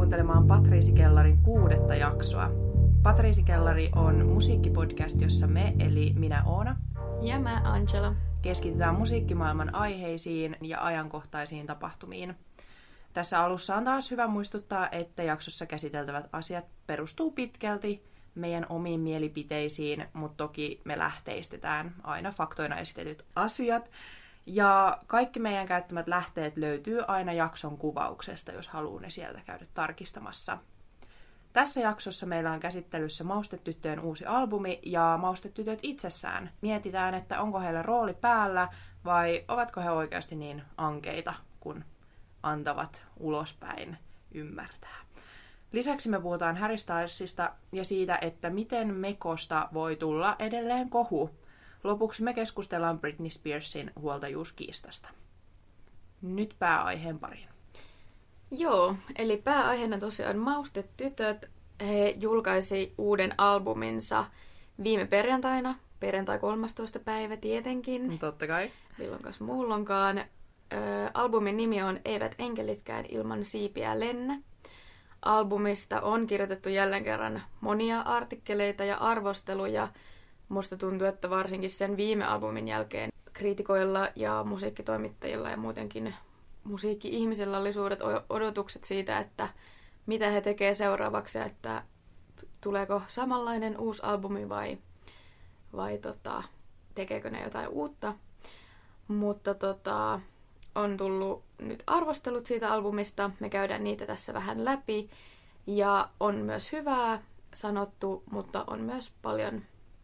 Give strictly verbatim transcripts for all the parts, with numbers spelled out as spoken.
kuuntelemaan Patriisi-kellarin kuudetta jaksoa. Patriisi-kellari on musiikkipodcast, jossa me, eli minä Oona ja mä Angela, keskitytään musiikkimaailman aiheisiin ja ajankohtaisiin tapahtumiin. Tässä alussa on taas hyvä muistuttaa, että jaksossa käsiteltävät asiat perustuu pitkälti meidän omiin mielipiteisiin, mutta toki me lähteistetään aina faktoina esitetyt asiat. Ja kaikki meidän käyttämät lähteet löytyy aina jakson kuvauksesta, jos haluaa ne sieltä käydä tarkistamassa. Tässä jaksossa meillä on käsittelyssä Maustetyttöjen uusi albumi ja Maustetytöt itsessään. Mietitään, että onko heillä rooli päällä vai ovatko he oikeasti niin ankeita, kun antavat ulospäin ymmärtää. Lisäksi me puhutaan Harry Stylesista ja siitä, että miten mekosta voi tulla edelleen kohu. Lopuksi me keskustellaan Britney Spearsin huoltajuuskiistasta. Nyt pääaiheen pariin. Joo, eli pääaiheena tosiaan Maustetytöt. He julkaisi uuden albuminsa viime perjantaina, perjantai kolmastoista päivä tietenkin. Totta kai. Milloinkas muulloinkaan. Ö, albumin nimi on Eivät enkelitkään ilman siipiä lennä. Albumista on kirjoitettu jälleen kerran monia artikkeleita ja arvosteluja. Musta tuntuu, että varsinkin sen viime albumin jälkeen kriitikoilla ja musiikkitoimittajilla ja muutenkin musiikki-ihmisillä oli suuret odotukset siitä, että mitä he tekee seuraavaksi, että tuleeko samanlainen uusi albumi vai, vai tota, tekeekö ne jotain uutta. Mutta tota, on tullut nyt arvostelut siitä albumista, me käydään niitä tässä vähän läpi ja on myös hyvää sanottu, mutta on myös paljon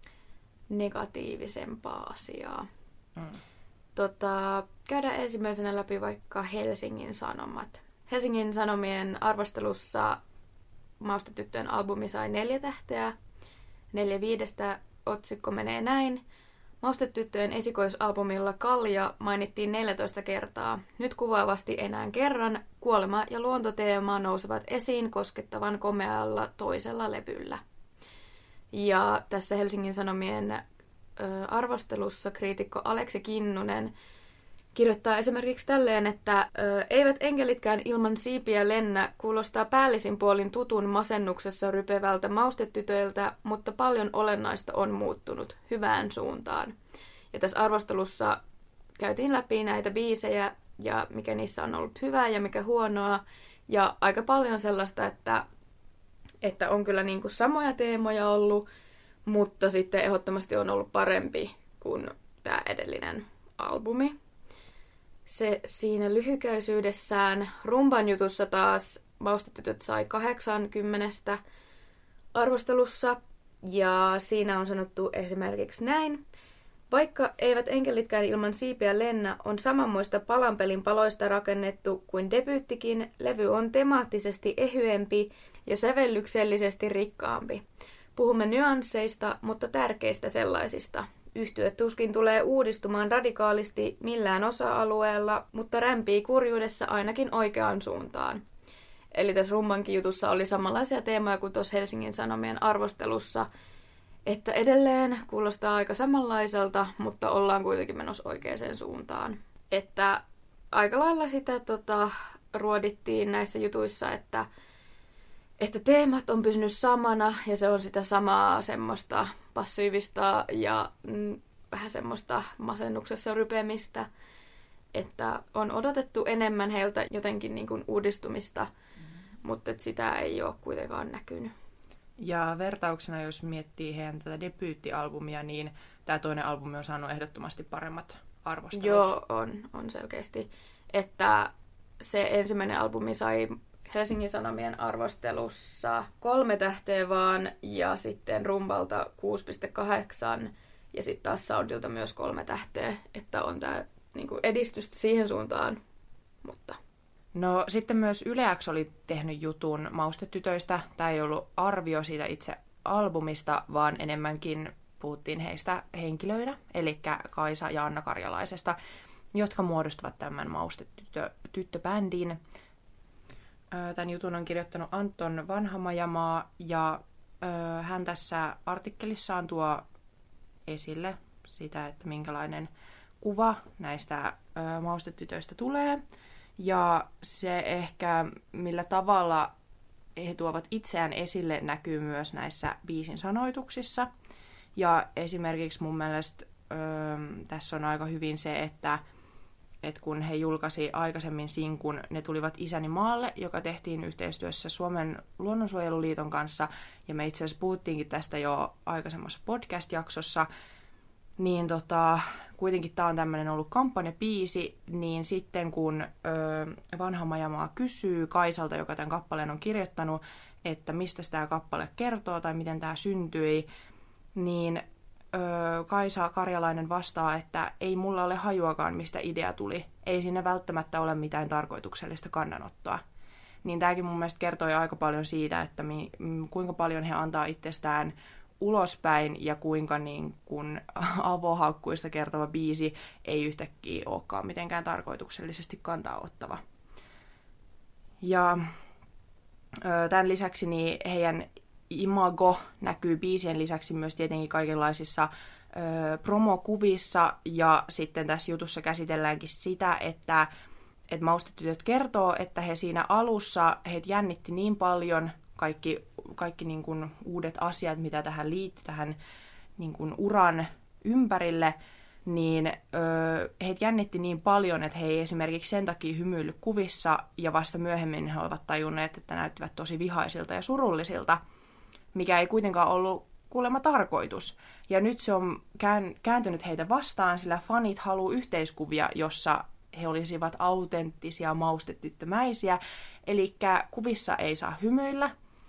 negatiivisempaa asiaa. Mm. Tota, käydään ensimmäisenä läpi vaikka Helsingin Sanomat. Helsingin Sanomien arvostelussa Maustetyttöjen albumi sai neljä tähteä. Neljä viidestä otsikko menee näin. Maustetyttöjen esikoisalbumilla Kalja mainittiin neljätoista kertaa. Nyt kuvaavasti enää kerran kuolema- ja luontoteema nousevat esiin koskettavan komealla toisella levyllä. Ja tässä Helsingin Sanomien ö, arvostelussa kriitikko Aleksi Kinnunen kirjoittaa esimerkiksi tälleen, että ö, eivät enkelitkään ilman siipiä lennä kuulostaa päällisin puolin tutun masennuksessa rypevältä Maustetytöiltä, mutta paljon olennaista on muuttunut hyvään suuntaan. Ja tässä arvostelussa käytiin läpi näitä biisejä ja mikä niissä on ollut hyvää ja mikä huonoa. Ja aika paljon sellaista, että että on kyllä niin kuin samoja teemoja ollut, mutta sitten ehdottomasti on ollut parempi kuin tämä edellinen albumi. Se siinä lyhykäisyydessään. Rumban jutussa taas Maustetytöt sai kahdeksankymmentä arvostelussa, ja siinä on sanottu esimerkiksi näin. Vaikka eivät enkelitkään ilman siipiä lennä, on samanmoista palanpelin paloista rakennettu kuin debyyttikin. Levy on temaattisesti ehyempi ja sävellyksellisesti rikkaampi. Puhumme nyansseista, mutta tärkeistä sellaisista. Yhtye tuskin tulee uudistumaan radikaalisti millään osa-alueella, mutta rämpii kurjuudessa ainakin oikeaan suuntaan. Eli tässä Rumbankin jutussa oli samanlaisia teemoja kuin tuossa Helsingin Sanomien arvostelussa, että edelleen kuulostaa aika samanlaiselta, mutta ollaan kuitenkin menossa oikeaan suuntaan. Että aika lailla sitä tota, ruodittiin näissä jutuissa, että, että teemat on pysynyt samana ja se on sitä samaa semmoista passiivista ja mm, vähän semmoista masennuksessa rypemistä, että on odotettu enemmän heiltä jotenkin niin kuin uudistumista, mm-hmm. mutta että sitä ei ole kuitenkaan näkynyt. Ja vertauksena, jos miettii heidän tätä debyyttialbumia, niin tämä toinen albumi on saanut ehdottomasti paremmat arvostelut. Joo, on, on selkeästi. Että se ensimmäinen albumi sai Helsingin Sanomien arvostelussa kolme tähteä vaan, ja sitten Rumbalta kuusi pilkku kahdeksan, ja sitten taas Soundilta myös kolme tähteä, että on tämä niinku edistystä siihen suuntaan, mutta... No sitten myös Yle X oli tehnyt jutun Maustetytöistä. Tämä ei ollut arvio siitä itse albumista, vaan enemmänkin puhuttiin heistä henkilöinä, eli Kaisa ja Anna Karjalaisesta, jotka muodostavat tämän Maustetyttö-bändin. Tämän jutun on kirjoittanut Anton Vanhamajamaa, ja hän tässä artikkelissaan tuo esille sitä, että minkälainen kuva näistä Maustetytöistä tulee. Ja se ehkä, millä tavalla he tuovat itseään esille, näkyy myös näissä biisin sanoituksissa. Ja esimerkiksi mun mielestä öö, tässä on aika hyvin se, että et kun he julkaisi aikaisemmin sinkun Ne tulivat isäni maalle, joka tehtiin yhteistyössä Suomen luonnonsuojeluliiton kanssa, ja me itse asiassa puhuttiinkin tästä jo aikaisemmassa podcast-jaksossa, niin tota, kuitenkin tämä on tämmöinen ollut kampanjabiisi, niin sitten kun ö, vanha Majamaa kysyy Kaisalta, joka tämän kappaleen on kirjoittanut, että mistä tämä kappale kertoo tai miten tämä syntyi, niin ö, Kaisa Karjalainen vastaa, että ei mulla ole hajuakaan, mistä idea tuli. Ei siinä välttämättä ole mitään tarkoituksellista kannanottoa. Niin tämäkin mun mielestä kertoo jo aika paljon siitä, että mi, kuinka paljon he antaa itsestään ulospäin ja kuinka niin kun avohaukkuista kertova biisi ei yhtäkkiä olekaan mitenkään tarkoituksellisesti kantaa ottava. Ja ö, tämän lisäksi niin heidän imago näkyy biisien lisäksi myös tietenkin kaikenlaisissa ö, promokuvissa, ja sitten tässä jutussa käsitelläänkin sitä, että et Maustetytöt kertoo, että he siinä alussa heitä jännitti niin paljon kaikki, kaikki niin kuin uudet asiat, mitä tähän liittyy, tähän niin kuin uran ympärille, niin öö, heitä jännitti niin paljon, että he ei esimerkiksi sen takia hymyillyt kuvissa, ja vasta myöhemmin he ovat tajunneet, että näyttivät tosi vihaisilta ja surullisilta, mikä ei kuitenkaan ollut kuulemma tarkoitus. Ja nyt se on kääntynyt heitä vastaan, sillä fanit haluaa yhteiskuvia, jossa he olisivat autenttisia maustetyttömäisiä, eli kuvissa ei saa hymyillä.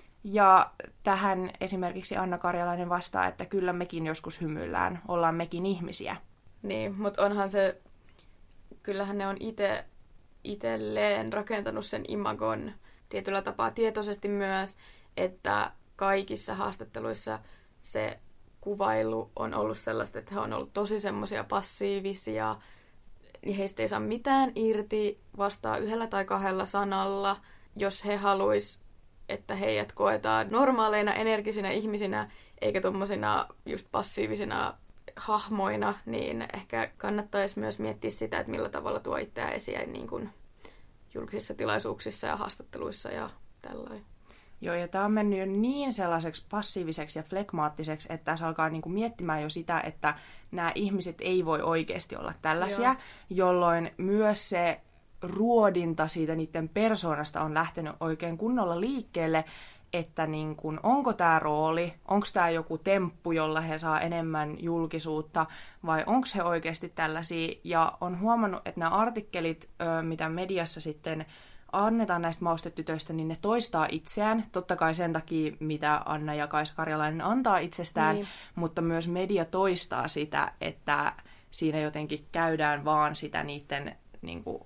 Ja tähän esimerkiksi Anna Karjalainen vastaa, että kyllä mekin joskus hymyillään, ollaan mekin ihmisiä. Niin, mutta onhan se, kyllähän ne on ite, itselleen rakentanut sen imagon tietyllä tapaa tietoisesti myös, että kaikissa haastatteluissa se kuvailu on ollut sellaista, että he on ollut tosi semmoisia passiivisia, niin heistä ei saa mitään irti, vastaa yhdellä tai kahdella sanalla. Jos he haluaisi, että heidät koetaan normaaleina, energisinä ihmisinä, eikä tuommoisina just passiivisina hahmoina, niin ehkä kannattaisi myös miettiä sitä, että millä tavalla tuo itseään esiin niin kuin julkisissa tilaisuuksissa ja haastatteluissa ja tällainen. Joo, ja tämä on mennyt jo niin sellaiseksi passiiviseksi ja flekmaattiseksi, että tässä alkaa niinku miettimään jo sitä, että nämä ihmiset ei voi oikeasti olla tällaisia, Joo. jolloin myös se ruodinta siitä niiden persoonasta on lähtenyt oikein kunnolla liikkeelle, että niin kun, onko tämä rooli, onko tämä joku temppu, jolla he saa enemmän julkisuutta, vai onko he oikeasti tällaisia. Ja on huomannut, että nämä artikkelit, mitä mediassa sitten annetaan näistä maustetytöistä, niin ne toistaa itseään. Totta kai sen takia, mitä Anna ja Kaisa Karjalainen antaa itsestään, niin. Mutta myös media toistaa sitä, että siinä jotenkin käydään vaan sitä niiden niin kuin,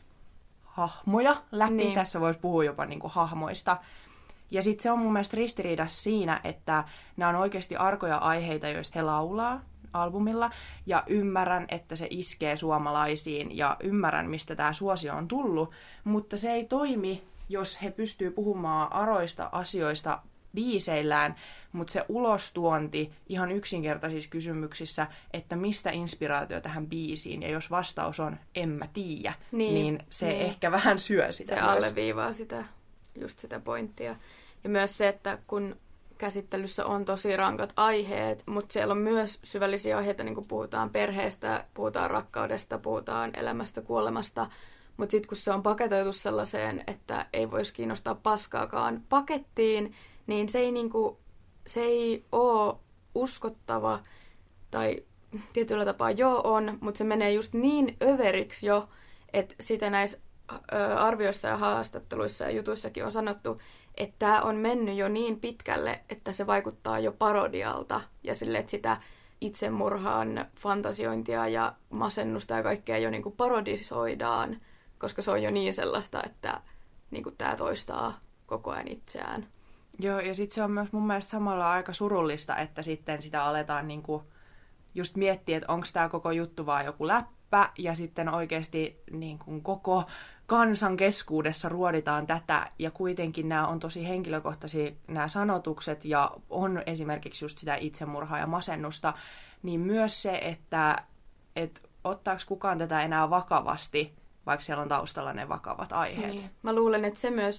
hahmoja läpi. Niin. Tässä voisi puhua jopa niin kuin, hahmoista. Ja sitten se on mun mielestä ristiriidassa siinä, että nämä on oikeasti arkoja aiheita, joista he laulaa albumilla, ja ymmärrän, että se iskee suomalaisiin, ja ymmärrän, mistä tämä suosio on tullut, mutta se ei toimi, jos he pystyy puhumaan aroista asioista biiseillään, mutta se ulostuonti ihan yksinkertaisissa kysymyksissä, että mistä inspiraatio tähän biisiin, ja jos vastaus on en mä tiedä, niin, niin se niin. ehkä vähän syö sitä. Se myös alleviivaa sitä, just sitä pointtia. Ja myös se, että kun käsittelyssä on tosi rankat aiheet, mutta siellä on myös syvällisiä aiheita, niin kuin puhutaan perheestä, puhutaan rakkaudesta, puhutaan elämästä, kuolemasta, mutta sitten kun se on paketoitu sellaiseen, että ei voisi kiinnostaa paskaakaan pakettiin, niin se ei, niinku, se ei ole uskottava, tai tietyllä tapaa joo on, mutta se menee just niin överiksi jo, että sitä näissä arvioissa ja haastatteluissa ja jutuissakin on sanottu, että tämä on mennyt jo niin pitkälle, että se vaikuttaa jo parodialta ja sille, että sitä itsemurhaan fantasiointia ja masennusta ja kaikkea jo niin kuin parodisoidaan, koska se on jo niin sellaista, että niin kuin tämä toistaa koko ajan itseään. Joo, ja sitten se on myös mun mielestä samalla aika surullista, että sitten sitä aletaan niin kuin just miettiä, että onko tämä koko juttu vaan joku läppä, ja sitten oikeasti niin kuin koko kansan keskuudessa ruoditaan tätä, ja kuitenkin nämä on tosi henkilökohtaisia nämä sanotukset, ja on esimerkiksi just sitä itsemurhaa ja masennusta, niin myös se, että et ottaako kukaan tätä enää vakavasti, vaikka siellä on taustalla ne vakavat aiheet. Niin. Mä luulen, että se myös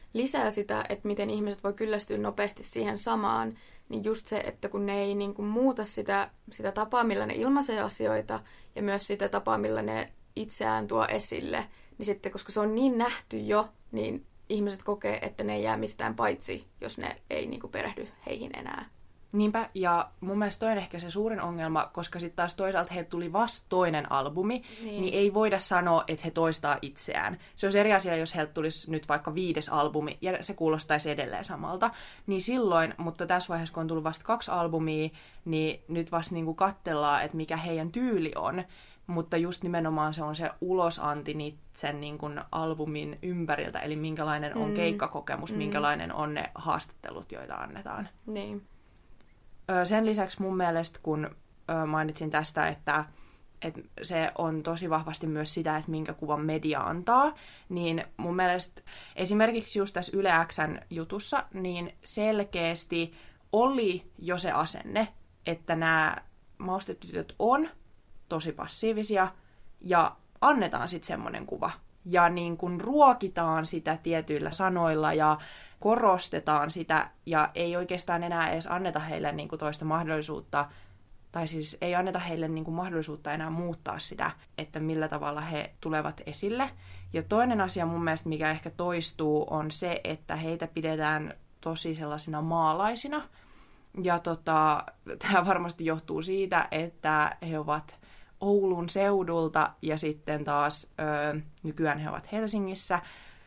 lisää sitä, että miten ihmiset voi kyllästyä nopeasti siihen samaan, niin just se, että kun ne ei niin kuin muuta sitä, sitä tapaa, millä ne ilmaisee asioita, ja myös sitä tapaa, millä ne itseään tuo esille, niin sitten, koska se on niin nähty jo, niin ihmiset kokee, että ne ei jää mistään paitsi, jos ne ei niin kuin perehdy heihin enää. Niinpä, ja mun mielestä toi on ehkä se suurin ongelma, koska sitten taas toisaalta heiltä tuli vasta toinen albumi, niin. niin ei voida sanoa, että he toistaa itseään. Se on eri asia, jos heiltä tulisi nyt vaikka viides albumi, ja se kuulostaisi edelleen samalta. Niin silloin, mutta tässä vaiheessa, kun on tullut vasta kaksi albumia, niin nyt vasta niinku katsellaan, että mikä heidän tyyli on. Mutta just nimenomaan se on se ulosanti niitä sen niin kuin albumin ympäriltä, eli minkälainen on mm. keikkakokemus, mm. minkälainen on ne haastattelut, joita annetaan. Niin. Sen lisäksi mun mielestä, kun mainitsin tästä, että, että se on tosi vahvasti myös sitä, että minkä kuvan media antaa, niin mun mielestä esimerkiksi just tässä Yle X:n jutussa, niin selkeästi oli jo se asenne, että nämä maustetytöt on tosi passiivisia ja annetaan sitten semmoinen kuva. Ja niin kun ruokitaan sitä tietyillä sanoilla ja korostetaan sitä ja ei oikeastaan enää edes anneta heille niin kuin toista mahdollisuutta, tai siis ei anneta heille niin kuin mahdollisuutta enää muuttaa sitä, että millä tavalla he tulevat esille. Ja toinen asia mun mielestä, mikä ehkä toistuu, on se, että heitä pidetään tosi sellaisina maalaisina. Ja tota, tämä varmasti johtuu siitä, että he ovat Oulun seudulta ja sitten taas öö, nykyään he ovat Helsingissä.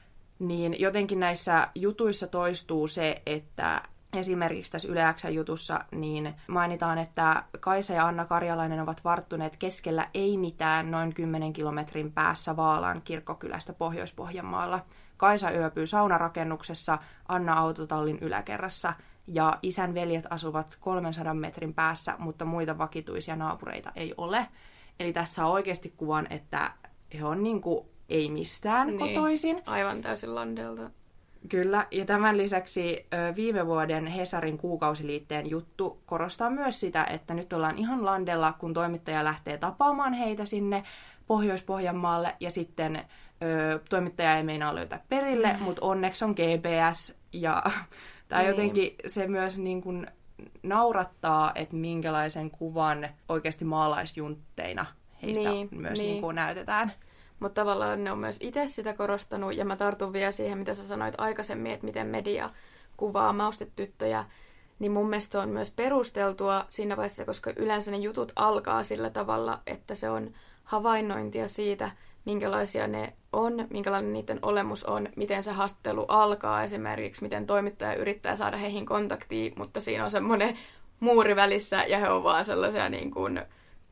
Niin jotenkin näissä jutuissa toistuu se, että esimerkiksi tässä Yle X:n jutussa niin mainitaan, että Kaisa ja Anna Karjalainen ovat varttuneet keskellä ei mitään noin kymmenen kilometrin päässä Vaalan kirkkokylästä Pohjois-Pohjanmaalla. Kaisa yöpyy saunarakennuksessa, Anna autotallin yläkerrassa ja isän veljet asuvat kolmensadan metrin päässä, mutta muita vakituisia naapureita ei ole. Eli tässä on oikeasti kuvan, että he on niinku ei mistään niin, kotoisin. Aivan täysin landelta. Kyllä, ja tämän lisäksi viime vuoden Hesarin kuukausiliitteen juttu korostaa myös sitä, että nyt ollaan ihan landella, kun toimittaja lähtee tapaamaan heitä sinne Pohjois-Pohjanmaalle, ja sitten ö, toimittaja ei meinaa löytää perille, mm. mutta onneksi on G P S, ja tämä niin. jotenkin se myös niin kuin naurattaa, että minkälaisen kuvan oikeasti maalaisjuntteina heistä niin, myös niin. Niin kuin näytetään. Mutta tavallaan ne on myös itse sitä korostanut, ja mä tartun vielä siihen, mitä sä sanoit aikaisemmin, että miten media kuvaa maustetyttöjä, niin mun mielestä se on myös perusteltua siinä vaiheessa, koska yleensä ne jutut alkaa sillä tavalla, että se on havainnointia siitä, minkälaisia ne on, minkälainen niiden olemus on, miten se haastattelu alkaa esimerkiksi, miten toimittaja yrittää saada heihin kontaktiin, mutta siinä on semmoinen muuri välissä, ja he on vaan sellaisia niin kuin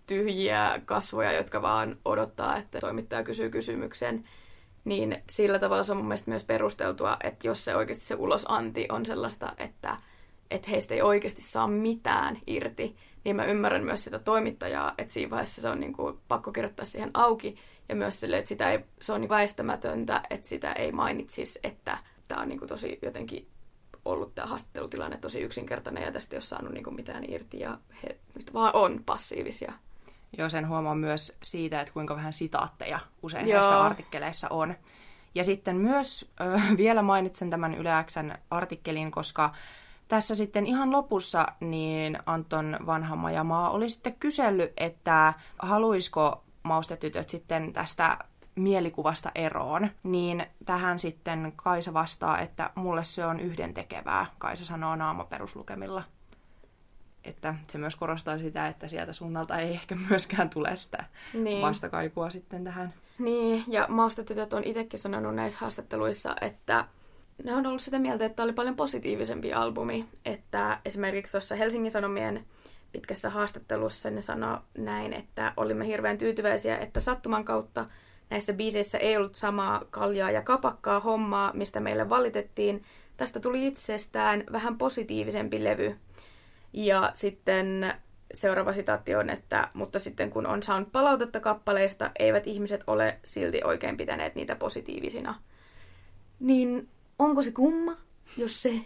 tyhjiä kasvoja, jotka vaan odottaa, että toimittaja kysyy kysymyksen, niin sillä tavalla se on mun mielestä myös perusteltua, että jos se oikeasti se ulosanti on sellaista, että, että heistä ei oikeasti saa mitään irti, niin mä ymmärrän myös sitä toimittajaa, että siinä vaiheessa se on niin kuin pakko kirjoittaa siihen auki, ja myös sille, että sitä ei, se on niin väistämätöntä, että sitä ei mainitsisi, että tämä on niin kuin tosi jotenkin ollut tämä haastattelutilanne tosi yksinkertainen, ja tästä ei ole saanut niin kuin mitään irti, ja he nyt vaan on passiivisia. Joo, sen huomaa myös siitä, että kuinka vähän sitaatteja usein Joo. näissä artikkeleissa on. Ja sitten myös ö, vielä mainitsen tämän Yle X:n artikkelin, koska tässä sitten ihan lopussa niin Anton Vanhamajamaa oli sitten kysellyt, että haluisiko maustetytöt sitten tästä mielikuvasta eroon. Niin tähän sitten Kaisa vastaa, että mulle se on yhdentekevää, Kaisa sanoo naamaperuslukemilla. Että se myös korostaa sitä, että sieltä suunnalta ei ehkä myöskään tule sitä niin. vastakaikua sitten tähän. Niin, ja maustetytöt on itsekin sanonut näissä haastatteluissa, että ne on ollut sitä mieltä, että tämä oli paljon positiivisempi albumi. Että esimerkiksi tuossa Helsingin Sanomien pitkässä haastattelussa ne sanoi näin, että olimme hirveän tyytyväisiä, että sattuman kautta näissä biiseissä ei ollut samaa kaljaa ja kapakkaa hommaa, mistä meille valitettiin. Tästä tuli itsestään vähän positiivisempi levy. Ja sitten seuraava sitaatti on, että mutta sitten kun on saanut palautetta kappaleista, eivät ihmiset ole silti oikein pitäneet niitä positiivisina. Niin onko se kumma, jos se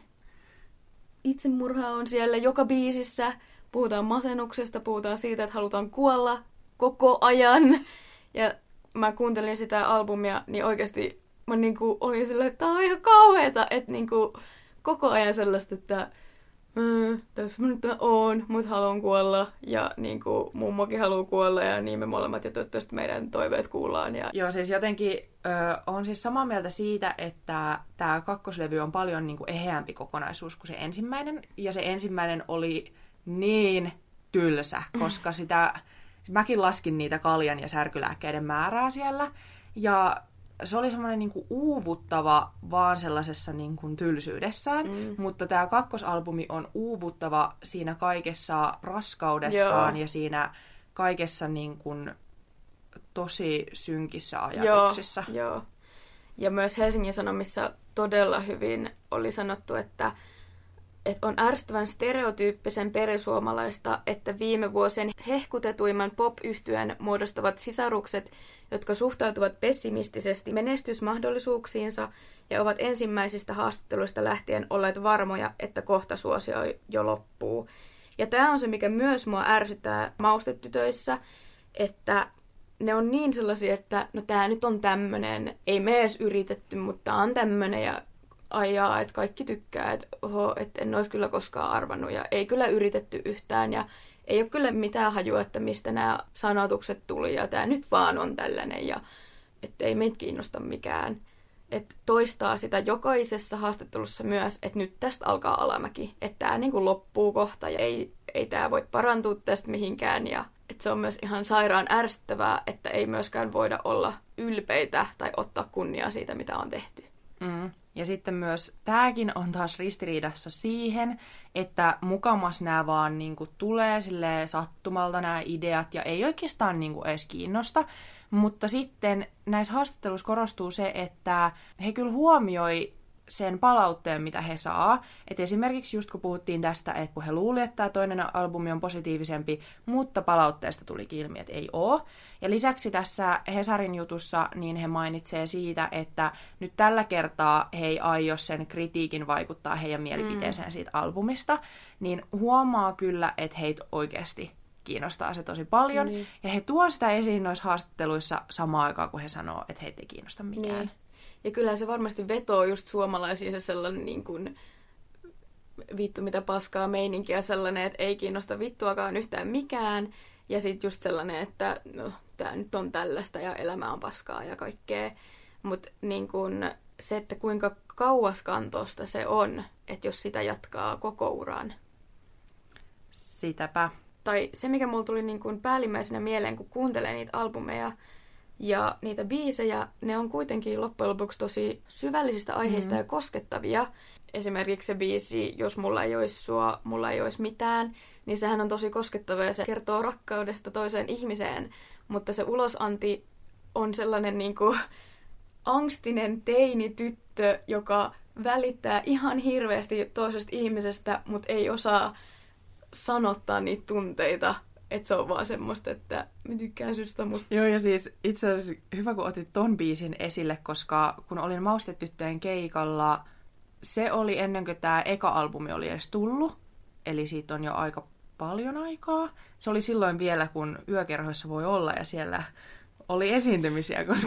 itsemurha on siellä joka biisissä? Puhutaan masennuksesta, puhutaan siitä, että halutaan kuolla koko ajan. Ja mä kuuntelin sitä albumia, niin oikeasti mä niinku olin silleen, että tää on ihan kauheeta, että niinku koko ajan sellaista, että Mm, tässä mä nyt oon, mut haluan kuolla ja niin kuin mummokin haluaa kuolla ja niin me molemmat ja toivottavasti meidän toiveet kuullaan. Ja... Joo, siis jotenkin ö, on siis samaa mieltä siitä, että tämä kakkoslevy on paljon niin kuin eheämpi kokonaisuus kuin se ensimmäinen. Ja se ensimmäinen oli niin tylsä, koska sitä, mäkin laskin niitä kaljan ja särkylääkkeiden määrää siellä. Ja se oli semmoinen niinku uuvuttava vaan sellaisessa niinku tylsyydessään, mm. mutta tämä kakkosalbumi on uuvuttava siinä kaikessa raskaudessaan Joo. ja siinä kaikessa niinku tosi synkissä ajatuksissa. Joo, Joo. Ja myös Helsingin Sanomissa todella hyvin oli sanottu, että, että on ärsyttävän stereotyyppisen perisuomalaista, että viime vuosien hehkutetuimman pop-yhtyeen muodostavat sisarukset, jotka suhtautuvat pessimistisesti menestysmahdollisuuksiinsa ja ovat ensimmäisistä haastatteluista lähtien olleet varmoja, että kohta suosio jo loppuu. Ja tämä on se, mikä myös mua ärsyttää maustetytöissä, että ne on niin sellaisia, että no tää nyt on tämmönen, ei me edes yritetty, mutta tää on tämmönen ja aijaa, että kaikki tykkää, että oho, et en olisi kyllä koskaan arvannut ja ei kyllä yritetty yhtään ja ei ole kyllä mitään hajua, että mistä nämä sanotukset tuli ja tämä nyt vaan on tällainen ja että ei meitä kiinnosta mikään. Että toistaa sitä jokaisessa haastattelussa myös, että nyt tästä alkaa alamäki, että tämä niin kuin loppuu kohta ja ei, ei tämä voi parantua tästä mihinkään ja että se on myös ihan sairaan ärsyttävää, että ei myöskään voida olla ylpeitä tai ottaa kunniaa siitä, mitä on tehty. Mm. Ja sitten myös tämäkin on taas ristiriidassa siihen, että mukamas nämä vaan niinku tulee silleen sattumalta nämä ideat ja ei oikeastaan niinku edes kiinnosta. Mutta sitten näissä haastatteluissa korostuu se, että he kyllä huomioi sen palautteen, mitä he saa. Et esimerkiksi just kun puhuttiin tästä, että he luulivat, että tämä toinen albumi on positiivisempi, mutta palautteesta tulikin ilmi, että ei ole. Ja lisäksi tässä Hesarin jutussa niin he mainitsee siitä, että nyt tällä kertaa he ei aio sen kritiikin vaikuttaa heidän mielipiteeseen siitä albumista, niin huomaa kyllä, että heitä oikeasti kiinnostaa se tosi paljon. Niin. Ja he tuo sitä esiin noissa haastatteluissa samaan aikaan, kun he sanoo, että heitä ei kiinnosta mikään. Niin. Ja kyllähän se varmasti vetoo just suomalaisia se sellainen niin kuin, vittu mitä paskaa meininkiä sellainen, että ei kiinnosta vittuakaan yhtään mikään. Ja sitten just sellainen, että no, tää nyt on tällaista ja elämä on paskaa ja kaikkea. Mutta niin kuin, se, että kuinka kauaskantoista se on, että jos sitä jatkaa koko uran. Sitäpä. Tai se, mikä mulla tuli niin kuin päällimmäisenä mieleen, kun kuuntelee niitä albumeja, ja niitä biisejä, ne on kuitenkin loppujen lopuksi tosi syvällisistä aiheista mm-hmm. ja koskettavia. Esimerkiksi se biisi, jos mulla ei olisi sua, mulla ei olisi mitään, niin sehän on tosi koskettava ja se kertoo rakkaudesta toiseen ihmiseen. Mutta se ulosanti on sellainen niin kuin angstinen teinityttö, joka välittää ihan hirveästi toisesta ihmisestä, mutta ei osaa sanottaa niitä tunteita. Että se on vaan semmoista, että mä tykkään susta, mutta... Joo, ja siis itse asiassa hyvä, kun otit ton biisin esille, koska kun olin Maustetyttöjen keikalla, se oli ennen kuin tämä eka albumi oli edes tullut, eli siitä on jo aika paljon aikaa. Se oli silloin vielä, kun yökerhoissa voi olla, ja siellä oli esiintymisiä, koska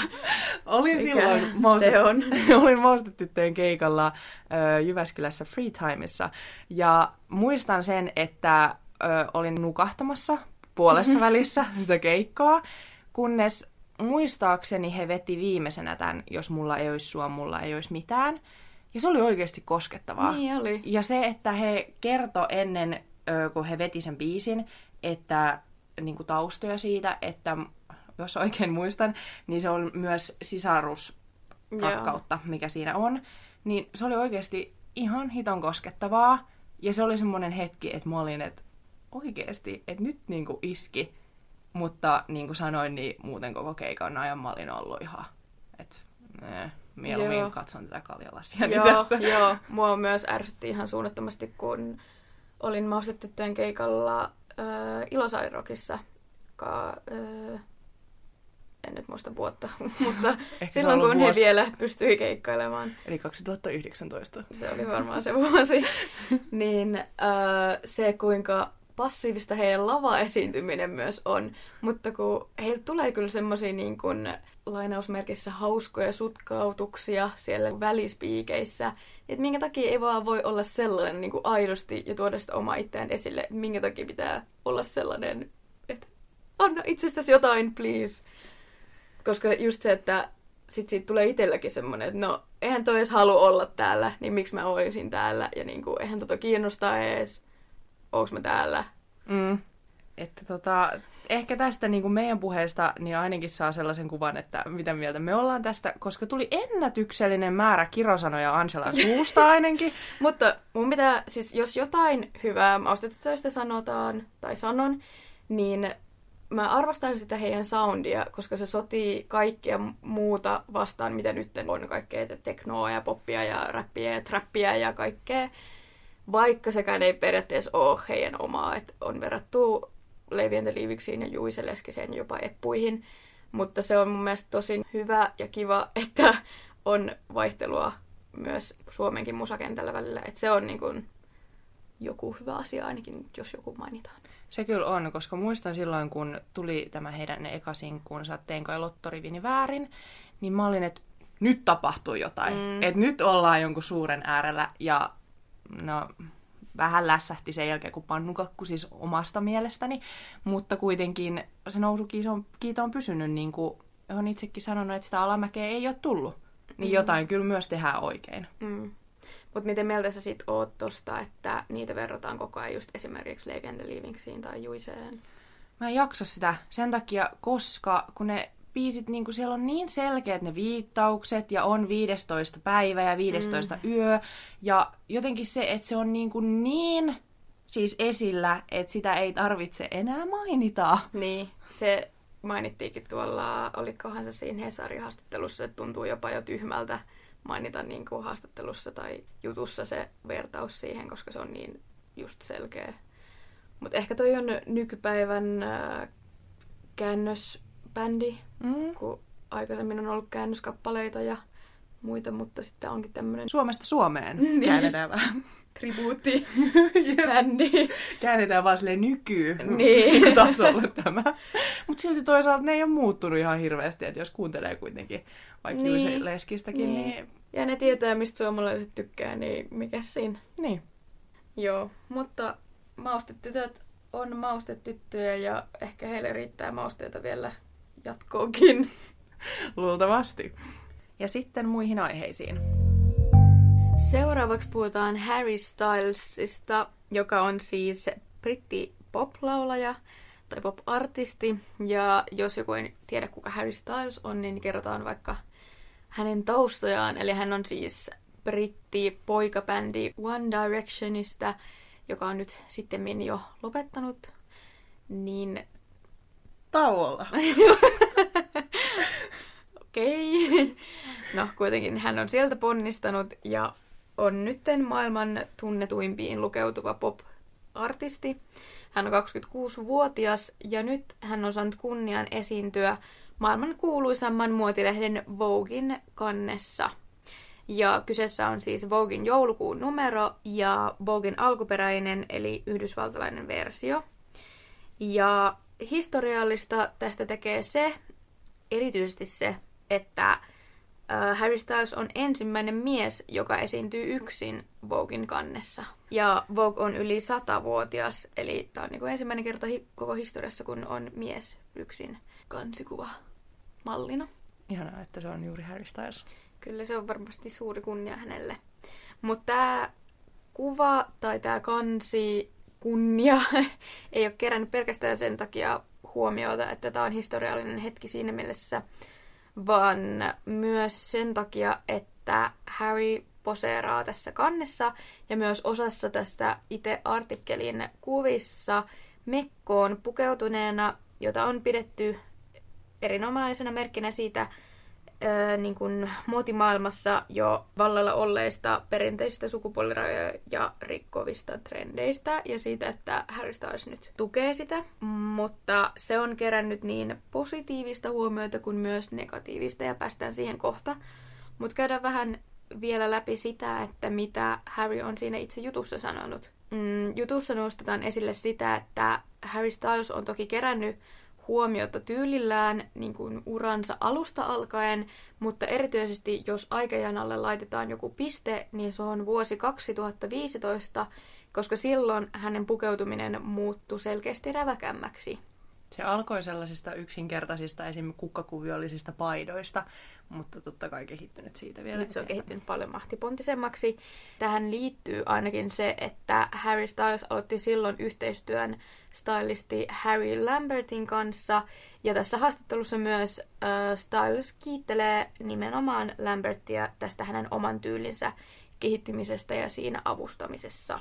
olin Mikä silloin mauste... se on? olin Maustetyttöjen keikalla ö, Jyväskylässä Free Timeissa, ja muistan sen, että Ö, olin nukahtamassa puolessa välissä sitä keikkaa, kunnes muistaakseni he veti viimeisenä tämän, jos mulla ei olisi sua, mulla ei olisi mitään. Ja se oli oikeasti koskettavaa. Niin oli. Ja se, että he kertoi ennen, ö, kun he veti sen biisin, että niin kuin taustoja siitä, että jos oikein muistan, niin se on myös sisarusrakkautta, mikä siinä on. Niin se oli oikeasti ihan hiton koskettavaa. Ja se oli semmoinen hetki, että mä olin, että oikeesti, että nyt niinku iski, mutta niin kuin sanoin, niin muuten koko keikan ajan mä olin ollut ihan, että nee, mieluummin joo. katson tätä kaljalasia joo, tässä. Joo, mua myös ärsytti ihan suunnattomasti, kun olin Maustetyttöjen keikalla äh, Ilosairokissa, joka, äh, en nyt muista vuotta, mutta silloin kun vuosi. He vielä pystyi keikkailemaan. Eli kaksituhattayhdeksäntoista. Se oli varmaan se vuosi. niin äh, se, kuinka passiivista heidän lava-esiintyminen myös on, mutta kun heiltä tulee kyllä semmosia niin kuin lainausmerkissä hauskoja sutkautuksia siellä välispiikeissä, että minkä takia ei vaan voi olla sellainen niin kuin aidosti ja tuoda sitä omaa itseään esille, että minkä takia pitää olla sellainen, että anna itsestäsi jotain, please. Koska just se, että sit siitä tulee itselläkin semmoinen, että no, eihän toi edes halua olla täällä, niin miksi mä olisin täällä, ja niin kuin, eihän tota kiinnostaa edes, onks mä täällä. Mm. Että tota, ehkä tästä niin kuin meidän puheesta niin ainakin saa sellaisen kuvan, että mitä mieltä me ollaan tästä, koska tuli ennätyksellinen määrä kirosanoja Anselan suusta ainakin. Mutta mun pitää, siis jos jotain hyvää maustetytöistä sanotaan, tai sanon, niin mä arvostan sitä heidän soundia, koska se sotii kaikkea muuta vastaan, mitä nyt on kaikkea teknoa ja poppia ja räppiä ja trappia ja kaikkea. Vaikka sekään ei periaatteessa ole heidän omaa, että on verrattu Leivien Liiviksiin ja Juise Leskiseen jopa eppuihin. Mutta se on mun mielestä tosi hyvä ja kiva, että on vaihtelua myös Suomenkin musakentällä välillä. Että se on niin kuin joku hyvä asia ainakin, jos joku mainitaan. Se kyllä on, koska muistan silloin, kun tuli tämä heidän eka sinkkuunsa Teinko ja Lottorivini väärin, niin mä olin, että nyt tapahtui jotain. Mm. Että nyt ollaan jonkun suuren äärellä ja no, vähän lässähti sen jälkeen, kun pannukakku siis omasta mielestäni, mutta kuitenkin se nousukiito on pysynyt, niin kuin olen itsekin sanonut, että sitä alamäkeä ei ole tullut. Niin mm. jotain kyllä myös tehdään oikein. Mm. Mutta miten mieltä sä sit oot tosta, että niitä verrataan koko ajan just esimerkiksi Leivien and the Leavingsiin tai Juiseen? Mä en jaksa sitä sen takia, koska kun ne biisit, niin kun siellä on niin selkeät ne viittaukset ja on viidestoista päivä ja viidestoista mm. yö. Ja jotenkin se, että se on niin, kuin niin siis esillä, että sitä ei tarvitse enää mainita. Niin, se mainittiinkin tuolla, olikohan se siinä Hesari-haastattelussa, että tuntuu jopa jo tyhmältä mainita niin kuin haastattelussa tai jutussa se vertaus siihen, koska se on niin just selkeä. Mutta ehkä toi on nykypäivän äh, käännösbändi, mm. kun aikaisemmin on ollut käännöskappaleita ja muita, mutta sitten onkin tämmöinen Suomesta Suomeen niin. Käännetään vähän. Tribuutti-bändi. Käännetään vaan silleen niin. nyky-tasolle tämä. Mutta silti toisaalta ne ei ole muuttunut ihan hirveästi, että jos kuuntelee kuitenkin vaikka niin. Juise Leskistäkin, niin. niin... Ja ne tietää, mistä suomalaiset tykkää, niin mikä siinä? Niin. Joo, mutta maustetytöt on maustetyttöjä ja ehkä heille riittää mausteita vielä jatkoonkin. Luultavasti. Ja sitten muihin aiheisiin. Seuraavaksi puhutaan Harry Stylesista, joka on siis britti pop-laulaja tai pop-artisti. Ja jos joku ei tiedä, kuka Harry Styles on, niin kerrotaan vaikka hänen taustojaan. Eli hän on siis britti poikabändi One Directionista, joka on nyt sittemmin jo lopettanut. Niin... Tauolla. Okei. Okay. No kuitenkin hän on sieltä ponnistanut ja on nytten maailman tunnetuimpiin lukeutuva pop-artisti. Hän on kaksikymmentäkuusivuotias ja nyt hän on saanut kunnian esiintyä maailman kuuluisamman muotilehden Voguein kannessa. Ja kyseessä on siis Voguein joulukuun numero ja Voguein alkuperäinen eli yhdysvaltalainen versio. Ja historiallista tästä tekee se, erityisesti se, että Harry Styles on ensimmäinen mies, joka esiintyy yksin Voguein kannessa. Ja Vogue on yli satavuotias, eli tämä on niin kuin ensimmäinen kerta hi- koko historiassa, kun on mies yksin kansikuva mallina. Ihanaa, että se on juuri Harry Styles. Kyllä se on varmasti suuri kunnia hänelle. Mutta tämä kuva tai tämä kansi kunnia ei ole kerännyt pelkästään sen takia huomiota, että tämä on historiallinen hetki siinä mielessä, vaan myös sen takia, että Harry poseeraa tässä kannessa ja myös osassa tästä itse artikkelin kuvissa mekkoon pukeutuneena, jota on pidetty erinomaisena merkkinä siitä ää, niin kuin muotimaailmassa jo vallalla olleista perinteisistä sukupuolirajoja ja rikkovista trendeistä ja siitä, että Harry Styles nyt tukee sitä. Mutta se on kerännyt niin positiivista huomiota kuin myös negatiivista ja päästään siihen kohta. Mutta käydään vähän vielä läpi sitä, että mitä Harry on siinä itse jutussa sanonut. mm, jutussa nostetaan esille sitä, että Harry Styles on toki kerännyt huomiota tyylillään niin kuin uransa alusta alkaen, mutta erityisesti jos aikajanalle laitetaan joku piste, niin se on vuosi kaksituhattaviisitoista, koska silloin hänen pukeutuminen muuttui selkeästi räväkämmäksi. Se alkoi sellaisista yksinkertaisista esim. Kukkakuviollisista paidoista, mutta totta kai kehittynyt siitä vielä. Nyt se on kehittynyt paljon mahtipontisemmaksi. Tähän liittyy ainakin se, että Harry Styles aloitti silloin yhteistyön stylisti Harry Lambertin kanssa. Ja tässä haastattelussa myös äh, Styles kiittelee nimenomaan Lambertia tästä hänen oman tyylinsä kehittymisestä ja siinä avustamisessa.